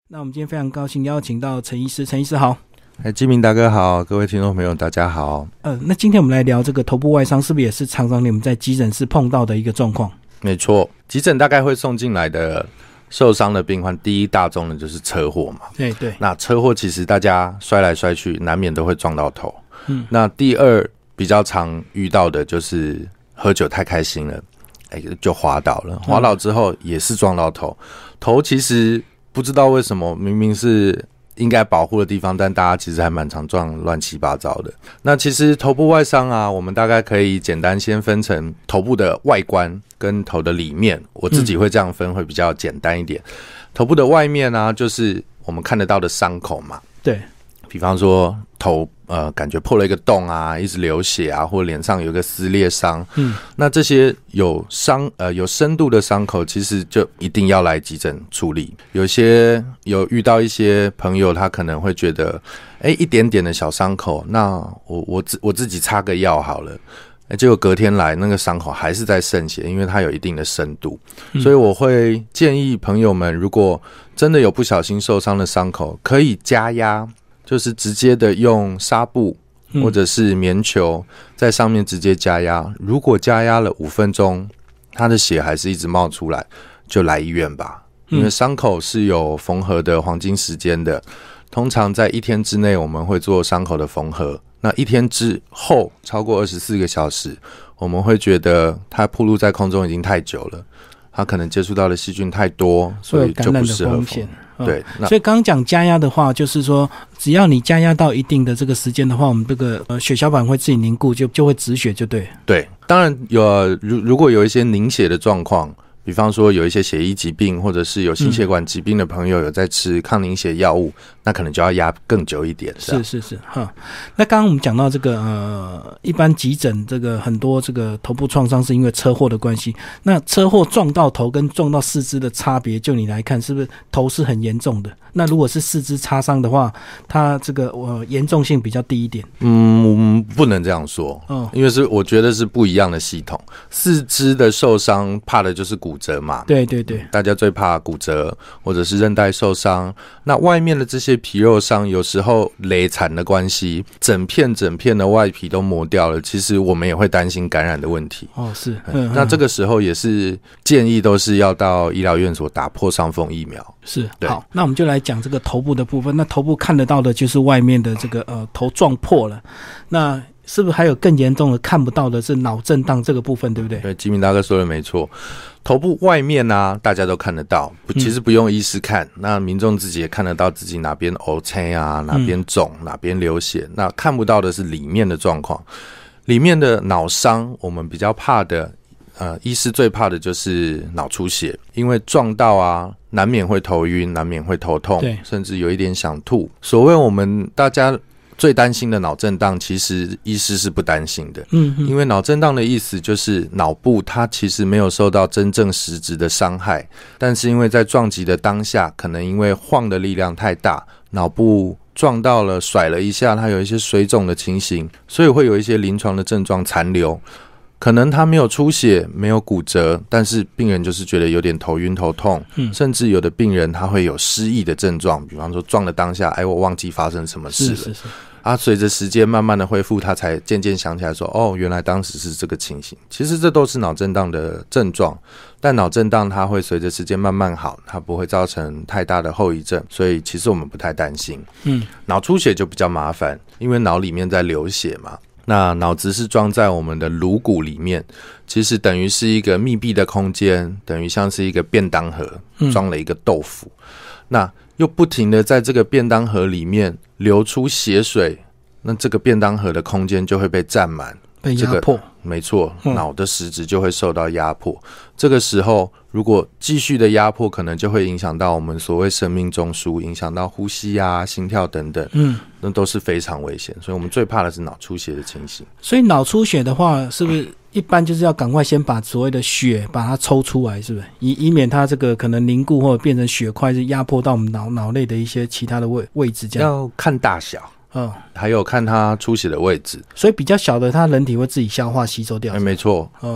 那我们今天非常高兴邀请到陈医师，陈医师好。 基明大哥好，各位听众朋友大家好。 那今天我们来聊这个头部外伤，是不是也是常常你们在急诊室碰到的一个状况？ 没错，急诊大概会送进来的受伤的病患，第一大宗的就是车祸嘛。 对， 那车祸其实大家摔来摔去，难免都会撞到头。那第二比较常遇到的就是喝酒太开心了，就滑倒了。滑倒之后也是撞到头，头其实不知道为什么明明是应该保护的地方，但大家其实还蛮常撞乱七八糟的。那其实头部外伤啊，我们大概可以简单先分成头部的外观跟头的里面，我自己会这样分，会比较简单一点。头部的外面啊，就是我们看得到的伤口嘛。 对， 比方说头感觉破了一个洞啊，一直流血啊，或脸上有一个撕裂伤。那这些有深度的伤口，其实就一定要来急诊处理。有遇到一些朋友，他可能会觉得，一点点的小伤口，那我自己擦个药好了。结果隔天来，那个伤口还是在渗血，因为它有一定的深度。所以我会建议朋友们，如果真的有不小心受伤的伤口，可以加压。就是直接的用纱布或者是棉球在上面直接加压，如果加压了5分钟，他的血还是一直冒出来，就来医院吧。因为伤口是有缝合的黄金时间的，通常在1天之内我们会做伤口的缝合，那1天之后超过24个小时，我们会觉得它暴露在空中已经太久了，它可能接触到的细菌太多，所以就不适合缝。对， 所以刚刚讲加压的话，就是说只要你加压到一定的这个时间的话，我们这个血小板会自己凝固，就会止血，就对。 对，当然如果有一些凝血的状况，比方说有一些血液疾病或者是有心血管疾病的朋友有在吃抗凝血药物，那可能就要压更久一点。 是那刚刚我们讲到这个一般急诊这个很多这个头部创伤是因为车祸的关系，那车祸撞到头跟撞到四肢的差别，就你来看是不是头是很严重的？那如果是四肢擦伤的话，它这个严重性比较低一点。 不能这样说，因为我觉得是不一样的系统。四肢的受伤怕的就是骨折嘛， 对， 大家最怕骨折或者是韧带受伤。那外面的这些皮肉伤，有时候累残的关系，整片的外皮都磨掉了，其实我们也会担心感染的问题。 是， 那这个时候也是建议都是要到医疗院所打破伤风疫苗。 是，好，那我们就来讲这个头部的部分。那头部看得到的就是外面的这个头撞破了，那是不是还有更严重的看不到的是脑震荡这个部分，对不对？ 对，吉明大哥说的没错。头部外面啊，大家都看得到，其实不用医师看，那民众自己也看得到自己哪边黑青啊，哪边肿，哪边流血。那看不到的是里面的状况，里面的脑伤，我们比较怕的。医师最怕的就是脑出血，因为撞到啊，难免会头晕，难免会头痛，甚至有一点想吐。所谓我们大家最担心的脑震荡，其实医师是不担心的。因为脑震荡的意思就是脑部它其实没有受到真正实质的伤害，但是因为在撞击的当下，可能因为晃的力量太大，脑部撞到了，甩了一下，它有一些水肿的情形，所以会有一些临床的症状残留。可能他没有出血，没有骨折，但是病人就是觉得有点头晕头痛，甚至有的病人他会有失忆的症状，比方说撞的当下，我忘记发生什么事了。随着时间慢慢的恢复，他才渐渐想起来说，原来当时是这个情形。其实这都是脑震荡的症状，但脑震荡它会随着时间慢慢好，它不会造成太大的后遗症，所以其实我们不太担心。脑出血就比较麻烦，因为脑里面在流血嘛。那脑子是装在我们的颅骨里面，其实等于是一个密闭的空间，等于像是一个便当盒，装了一个豆腐。那又不停的在这个便当盒里面流出血水，那这个便当盒的空间就会被占满， 被压迫。 没错，脑的实质就会受到压迫。这个时候如果继续的压迫，可能就会影响到我们所谓生命中枢，影响到呼吸啊、心跳等等，那都是非常危险。所以我们最怕的是脑出血的情形。 所以脑出血的话，是不是一般就是要赶快先把所谓的血把它抽出来，是不是以免它这个可能凝固或者变成血块，是压迫到我们脑内的一些其他的位置这样？ 要看大小。还有看它出血的位置， 所以比较小的，它人体会自己消化吸收掉。 没错。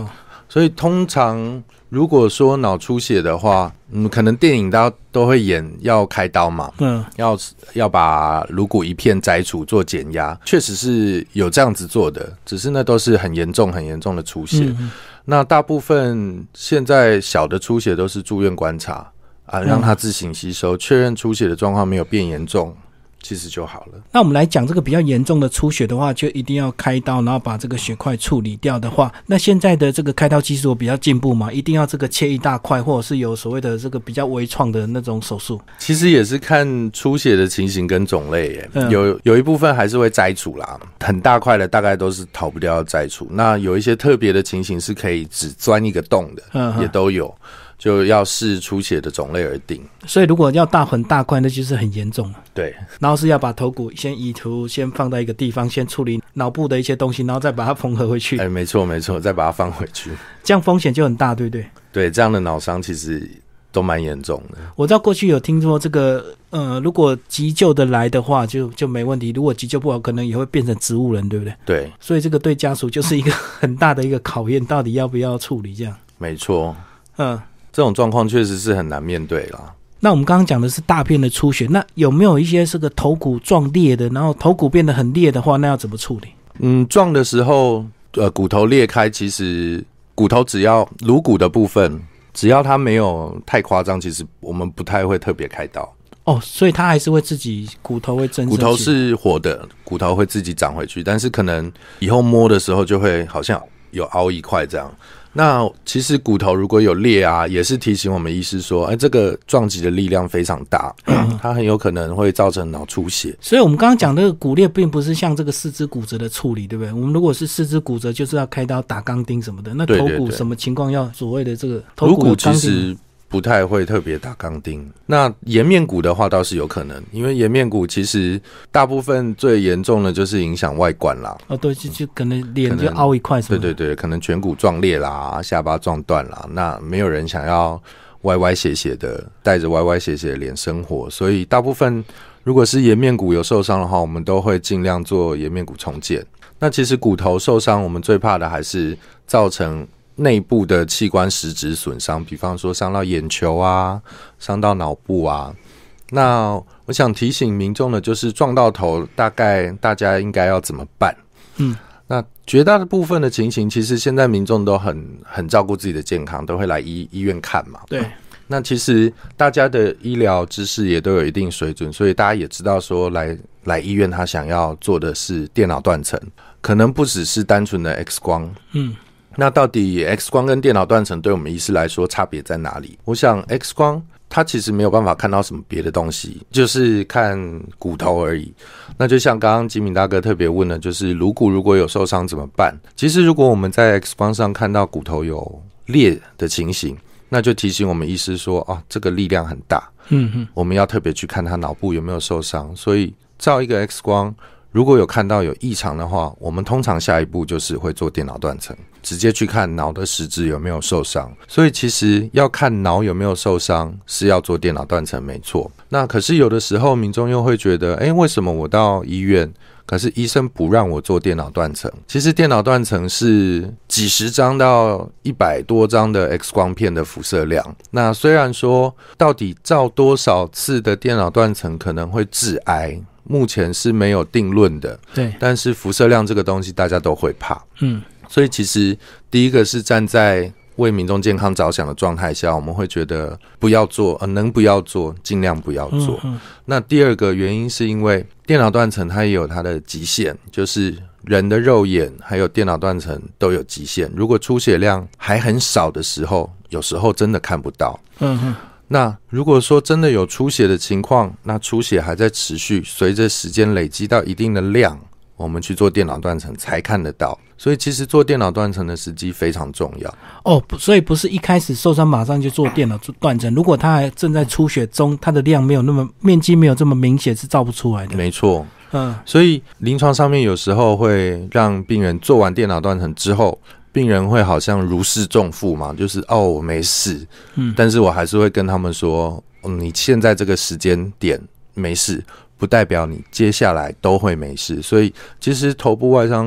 所以通常如果说脑出血的话，可能电影都会演要开刀嘛，要把颅骨一片摘除做减压，确实是有这样子做的，只是那都是很严重的出血。那大部分现在小的出血都是住院观察让它自行吸收，确认出血的状况没有变严重，其实就好了。 那我们来讲这个比较严重的出血的话，就一定要开刀，然后把这个血块处理掉的话，那现在的这个开刀技术比较进步嘛，一定要这个切一大块，或者是有所谓的这个比较微创的那种手术？ 其实也是看出血的情形跟种类耶，有一部分还是会摘除啦，很大块的大概都是逃不掉要摘除。那有一些特别的情形是可以只钻一个洞的，也都有。就要视出血的种类而定， 所以如果要很大块，那就是很严重了。 对， 然后是要把头骨先移除，先放在一个地方，先处理脑部的一些东西，然后再把它缝合回去。 没错，再把它放回去， 这样风险就很大，对不对？ 对，这样的脑伤其实都蛮严重的。 我知道过去有听说这个，如果急救的来的话，就没问题；如果急救不好，可能也会变成植物人，对不对？ 对， 所以这个对家属就是一个很大的一个考验，到底要不要处理这样？ 没错，这种状况确实是很难面对啦。 那我们刚刚讲的是大片的出血，那有没有一些这个头骨撞裂的，然后头骨变得很裂的话，那要怎么处理？ 撞的时候，骨头裂开，其实骨头只要颅骨的部分，只要它没有太夸张，其实我们不太会特别开刀。 所以它还是会自己骨头会增生， 骨头是活的，骨头会自己长回去，但是可能以后摸的时候就会好像有凹一块这样。那其实骨头如果有裂也是提醒我们医师说，这个撞击的力量非常大，它很有可能会造成脑出血。 所以我们刚刚讲这个骨裂并不是像这个四肢骨折的处理，对不对？我们如果是四肢骨折，就是要开刀打钢钉什么的。那头骨什么情况要所谓的这个头骨有钢钉？ 颅骨其实不太会特别打钢钉。那颜面骨的话倒是有可能，因为颜面骨其实大部分最严重的就是影响外观啦。 对，就可能脸就凹一块什么的。 对，可能颧骨撞裂啦，下巴撞断啦。那没有人想要歪歪斜斜的带着歪歪斜斜的脸生活，所以大部分如果是颜面骨有受伤的话，我们都会尽量做颜面骨重建。那其实骨头受伤，我们最怕的还是造成内部的器官实质损伤，比方说伤到眼球伤到脑部那我想提醒民众的就是撞到头，大概大家应该要怎么办？那绝大部分的情形，其实现在民众都很照顾自己的健康，都会来医院看嘛。 对。 那其实大家的医疗知识也都有一定水准，所以大家也知道说来医院他想要做的是电脑断层，可能不只是单纯的 X 光。那到底 X 光跟电脑断层对我们医师来说差别在哪里？我想 X 光它其实没有办法看到什么别的东西，就是看骨头而已。那就像刚刚吉敏大哥特别问的，就是颅骨如果有受伤怎么办？其实如果我们在 X 光上看到骨头有裂的情形，那就提醒我们医师说这个力量很大，我们要特别去看他脑部有没有受伤。所以照一个 X 光，如果有看到有异常的话，我们通常下一步就是会做电脑断层，直接去看脑的实质有没有受伤。所以其实要看脑有没有受伤是要做电脑断层没错。那可是有的时候民众又会觉得为什么我到医院可是医生不让我做电脑断层？其实电脑断层是几十张到100多张的 X 光片的辐射量。那虽然说到底照多少次的电脑断层可能会致癌，目前是没有定论的。 对， 但是辐射量这个东西大家都会怕。所以其实第一个是站在为民众健康着想的状态下，我们会觉得不要做，能不要做尽量不要做。那第二个原因是因为电脑断层它也有它的极限，就是人的肉眼还有电脑断层都有极限，如果出血量还很少的时候，有时候真的看不到。那如果说真的有出血的情况，那出血还在持续，随着时间累积到一定的量，我们去做电脑断层才看得到。所以其实做电脑断层的时机非常重要。 所以不是一开始受伤马上就做电脑断层，如果他还正在出血中，他的量没有那么面积没有这么明显，是照不出来的。 没错。所以临床上面有时候会让病人做完电脑断层之后，病人会好像如释重负嘛，就是我没事。但是我还是会跟他们说，你现在这个时间点没事，不代表你接下来都会没事。所以其实头部外伤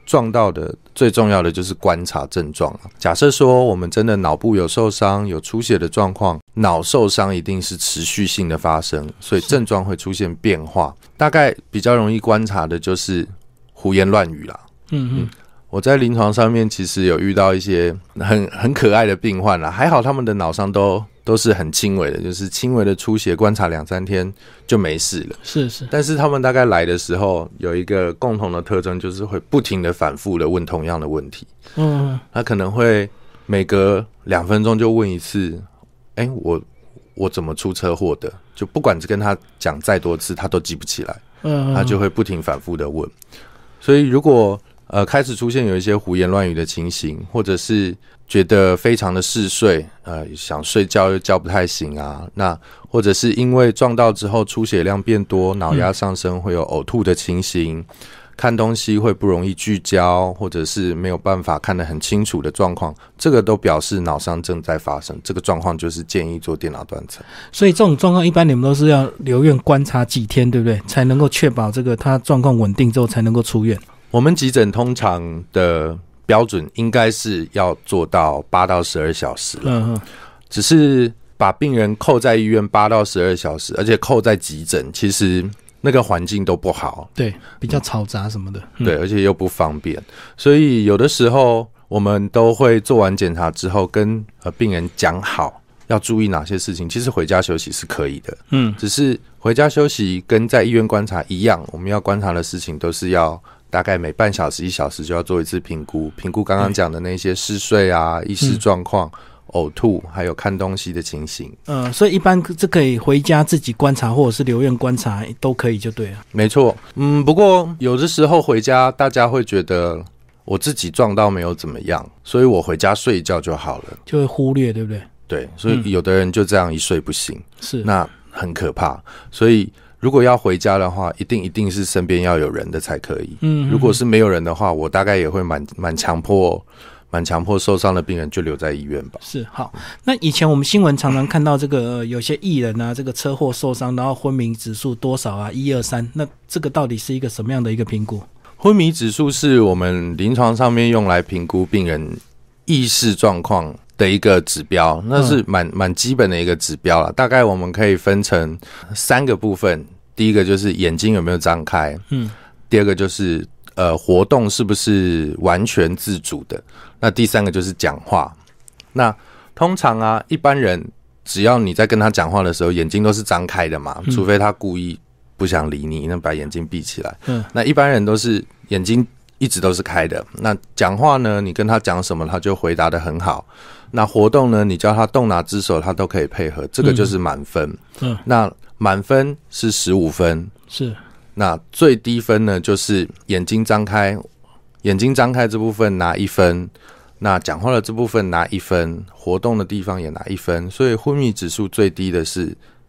撞到的最重要的就是观察症状。假设说我们真的脑部有受伤、有出血的状况，脑受伤一定是持续性的发生，所以症状会出现变化。大概比较容易观察的就是胡言乱语啦。我在临床上面其实有遇到一些很可爱的病患啦，还好他们的脑伤都是很轻微的，就是轻微的出血，观察2-3天就没事了。 是， 但是他们大概来的时候有一个共同的特征，就是会不停的反复的问同样的问题。他可能会每隔2分钟就问一次，我怎么出车祸的？就不管跟他讲再多次，他都记不起来。他就会不停反复的问。所以如果开始出现有一些胡言乱语的情形，或者是觉得非常的嗜睡，想睡觉又叫不太醒啊，那或者是因为撞到之后出血量变多，脑压上升，会有呕吐的情形，看东西会不容易聚焦，或者是没有办法看得很清楚的状况，这个都表示脑伤正在发生。这个状况就是建议做电脑断层。 所以这种状况一般你们都是要留院观察几天，对不对？才能够确保这个他状况稳定之后才能够出院。 我们急诊通常的标准应该是要做到8到12小时了。只是把病人扣在医院8到12小时，而且扣在急诊，其实那个环境都不好， 对，比较嘈杂什么的， 对，而且又不方便，所以有的时候我们都会做完检查之后跟病人讲好要注意哪些事情，其实回家休息是可以的，只是回家休息跟在医院观察一样，我们要观察的事情都是要大概每半小时1小时就要做一次评估刚刚讲的那些嗜睡啊、意识状况、呕吐，还有看东西的情形。 所以一般这可以回家自己观察，或者是留院观察都可以就对了。 没错，不过有的时候回家大家会觉得我自己撞到没有怎么样，所以我回家睡一觉就好了， 就会忽略，对不对？ 对，所以有的人就这样一睡不醒， 是， 那很可怕。所以如果要回家的话，一定是身边要有人的才可以。如果是没有人的话，我大概也会蛮强迫受伤的病人就留在医院吧。 是，好。那以前我们新闻常常看到这个有些艺人啊，这个车祸受伤，然后昏迷指数多少啊，1、2、3，那这个到底是一个什么样的一个评估？ 昏迷指数是我们临床上面用来评估病人意识状况的一个指标，那是蛮基本的一个指标啦。大概我们可以分成3个部分，第一个就是眼睛有没有张开，第二个就是活动是不是完全自主的，那第3个就是讲话。那通常啊，一般人只要你在跟他讲话的时候眼睛都是张开的嘛，除非他故意不想理你，那把眼睛闭起来。那一般人都是眼睛一直都是开的。那讲话呢，你跟他讲什么他就回答得很好，那活动呢，你叫他动哪只手他都可以配合，这个就是满分。那满分是15分， 是。 那最低分呢就是眼睛张开这部分拿1分，那讲话的这部分拿1分，活动的地方也拿1分，所以昏迷指数最低的是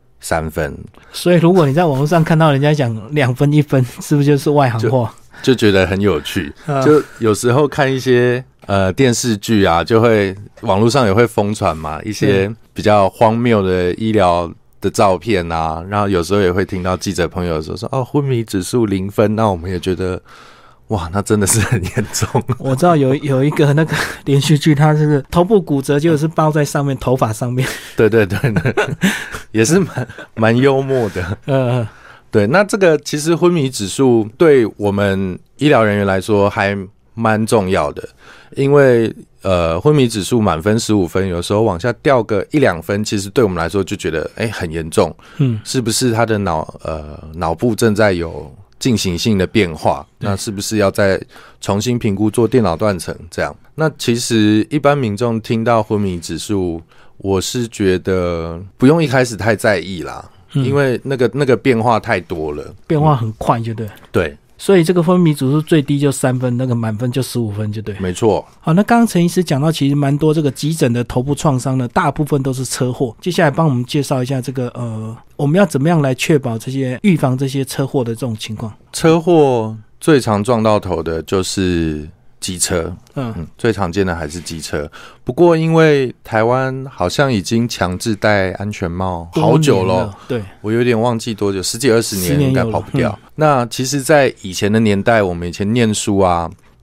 3分。 所以如果你在网络上看到人家讲2分1分，是不是就是外行话？ 就觉得很有趣。就有时候看一些电视剧啊，就会网络上也会疯传嘛，一些比较荒谬的医疗的照片啊，然后有时候也会听到记者朋友说昏迷指数0分，那我们也觉得哇，那真的是很严重。 我知道有一个那个连续剧，它是头部骨折，就是包在上面头发上面。对， 也是蛮幽默的。对，那这个其实昏迷指数对我们医疗人员来说还蛮重要的，因为昏迷指数满分15分，有时候往下掉个1、2分，其实对我们来说就觉得很严重。是不是他的脑部正在有进行性的变化？那是不是要再重新评估做电脑断层这样？那其实一般民众听到昏迷指数，我是觉得不用一开始太在意啦。因为那个变化太多了， 变化很快，就对。 对， 所以这个昏迷指数最低就3分，那个满分就15分，就对。 没错。 好，那刚刚陈医师讲到，其实蛮多这个急诊的头部创伤呢，大部分都是车祸。接下来帮我们介绍一下这个我们要怎么样来确保预防这些车祸的这种情况。车祸最常撞到头的就是机车，最常见的还是机车。不过因为台湾好像已经强制戴安全帽好久了，对，我有点忘记多久，10几20年应该跑不掉。那其实在以前的年代，我们以前念书啊，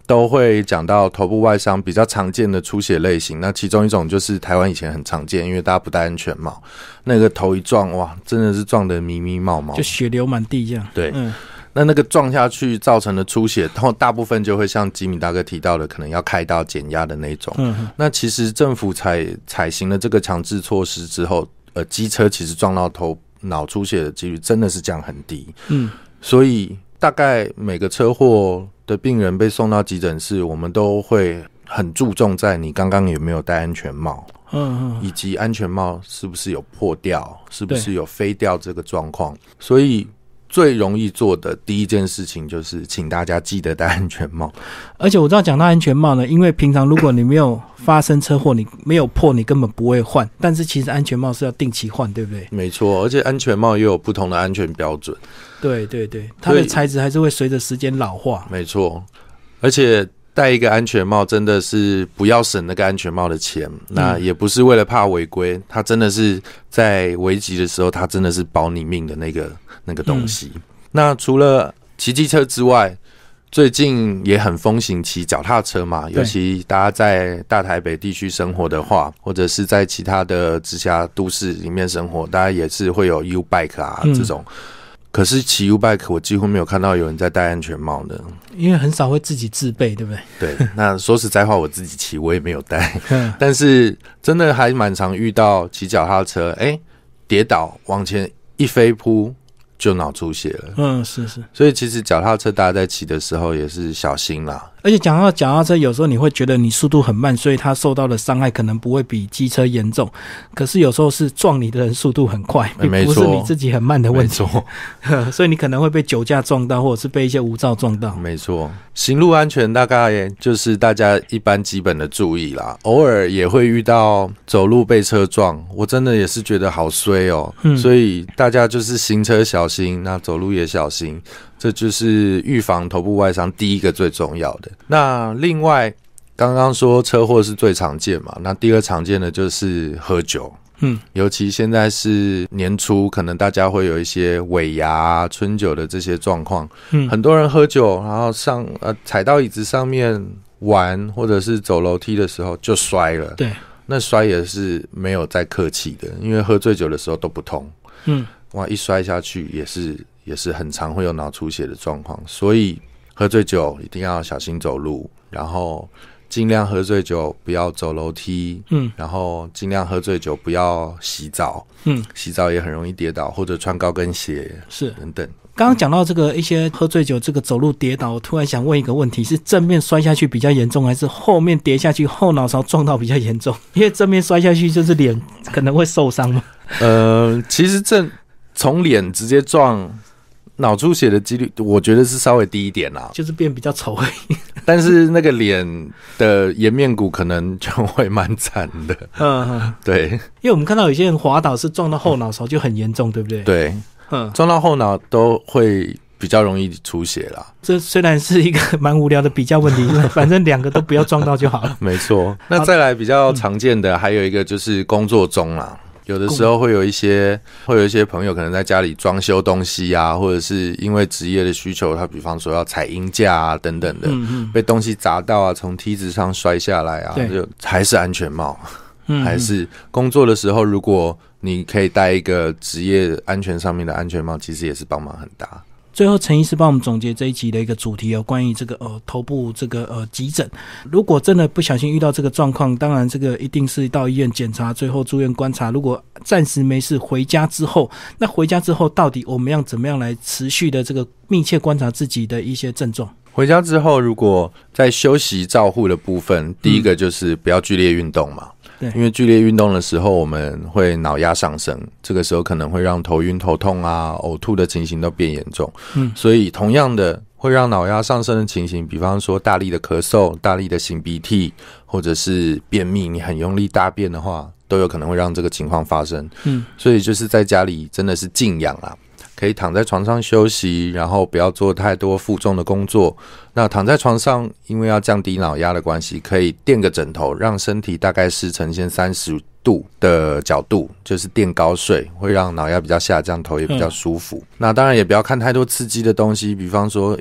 都会讲到头部外伤比较常见的出血类型，那其中一种就是台湾以前很常见，因为大家不戴安全帽，那个头一撞，哇，真的是撞得迷迷冒冒， 就血流满地这样。 对，那个撞下去造成的出血，然后大部分就会像吉米大哥提到的，可能要开刀减压的那种。那其实政府采行了这个强制措施之后，机车其实撞到头脑出血的几率真的是降很低。所以大概每个车祸的病人被送到急诊室，我们都会很注重在你刚刚有没有戴安全帽，以及安全帽是不是有破掉，是不是有飞掉这个状况。所以最容易做的第一件事情就是请大家记得戴安全帽。 而且我知道讲到安全帽呢，因为平常如果你没有发生车祸，你没有破，你根本不会换，但是其实安全帽是要定期换，对不对？ 没错，而且安全帽也有不同的安全标准。 对对对，它的材质还是会随着时间老化。 没错，而且戴一个安全帽真的是不要省那个安全帽的钱，那也不是为了怕违规，它真的是在危急的时候，它真的是保你命的那个东西。那除了骑机车之外，最近也很风行骑脚踏车嘛，尤其大家在大台北地区生活的话，或者是在其他的直辖都市里面生活，大家也是会有 U-Bike 啊这种。可是骑 U-Bike 我几乎没有看到有人在戴安全帽的， 因为很少会自己自备，对不对？ 对，那说实在话，我自己骑我也没有戴，但是真的还蛮常遇到骑脚踏车，跌倒往前一飞扑就脑出血了。 是。 所以其实脚踏车大家在骑的时候也是小心啦。 而且讲到脚踏车，有时候你会觉得你速度很慢，所以它受到的伤害可能不会比机车严重。可是有时候是撞你的人速度很快，并不是你自己很慢的问题。所以你可能会被酒驾撞到，或者是被一些无照撞到。 没错，行路安全大概就是大家一般基本的注意啦。偶尔也会遇到走路被车撞，我真的也是觉得好衰哦。所以大家就是行车小心，那走路也小心。这就是预防头部外伤第一个最重要的。那另外刚刚说车祸是最常见嘛，那第二常见的就是喝酒。尤其现在是年初，可能大家会有一些尾牙春酒的这些状况。很多人喝酒，然后踩到椅子上面玩，或者是走楼梯的时候就摔了。对，那摔也是没有再客气的，因为喝醉酒的时候都不痛。哇，一摔下去也是很常会有脑出血的状况，所以喝醉酒一定要小心走路，然后尽量喝醉酒不要走楼梯，然后尽量喝醉酒不要洗澡，洗澡也很容易跌倒，或者穿高跟鞋是等等。 刚刚讲到这个一些喝醉酒这个走路跌倒，我突然想问一个问题，是正面摔下去比较严重，还是后面跌下去后脑勺撞到比较严重？因为正面摔下去就是脸可能会受伤嘛。 其实从脸直接撞脑出血的几率我觉得是稍微低一点啦， 就是变比较丑而已。 但是那个脸的颜面骨可能就会蛮惨的。对， 因为我们看到有些人滑倒是撞到后脑勺就很严重，对不对？ 对，撞到后脑都会比较容易出血啦。 这虽然是一个蛮无聊的比较问题，反正两个都不要撞到就好了。 没错。那再来比较常见的还有一个就是工作中啦，有的时候会有一些朋友可能在家里装修东西啊，或者是因为职业的需求，他比方说要踩鹰架啊等等的，被东西砸到啊，从梯子上摔下来啊，就还是安全帽，还是工作的时候，如果你可以戴一个职业安全上面的安全帽，其实也是帮忙很大。 最后陈医师帮我们总结这一集的一个主题关于这个头部这个急诊，如果真的不小心遇到这个状况，当然这个一定是到医院检查，最后住院观察，如果暂时没事回家之后，那回家之后到底我们要怎么样来持续的这个密切观察自己的一些症状？ 回家之后如果在休息照护的部分，第一个就是不要剧烈运动嘛，因为剧烈运动的时候我们会脑压上升，这个时候可能会让头晕头痛啊呕吐的情形都变严重。所以同样的会让脑压上升的情形，比方说大力的咳嗽、大力的擤鼻涕，或者是便秘，你很用力大便的话，都有可能会让这个情况发生。所以就是在家里真的是静养啦，可以躺在床上休息，然后不要做太多负重的工作。那躺在床上，因为要降低脑压的关系，可以垫个枕头，让身体大概是呈现30度的角度，就是垫高睡，会让脑压比较下降，头也比较舒服。那当然也不要看太多刺激的东西，比方说一直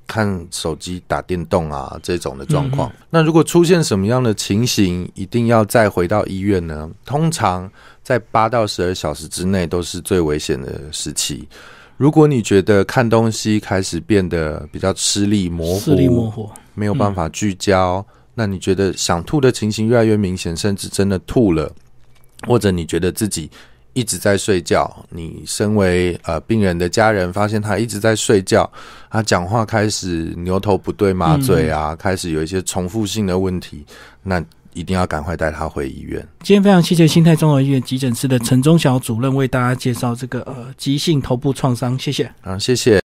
看手机打电动啊这种的状况。那如果出现什么样的情形一定要再回到医院呢？通常在8到12小时之内都是最危险的时期。如果你觉得看东西开始变得比较吃力模糊，没有办法聚焦，那你觉得想吐的情形越来越明显，甚至真的吐了，或者你觉得自己一直在睡觉，你身为病人的家人发现他一直在睡觉，他讲话开始牛头不对马嘴啊，开始有一些重复性的问题，那一定要赶快带他回医院。 今天非常谢谢新泰综合医院急诊室的陈忠晓主任为大家介绍这个急性头部创伤，谢谢。 谢谢。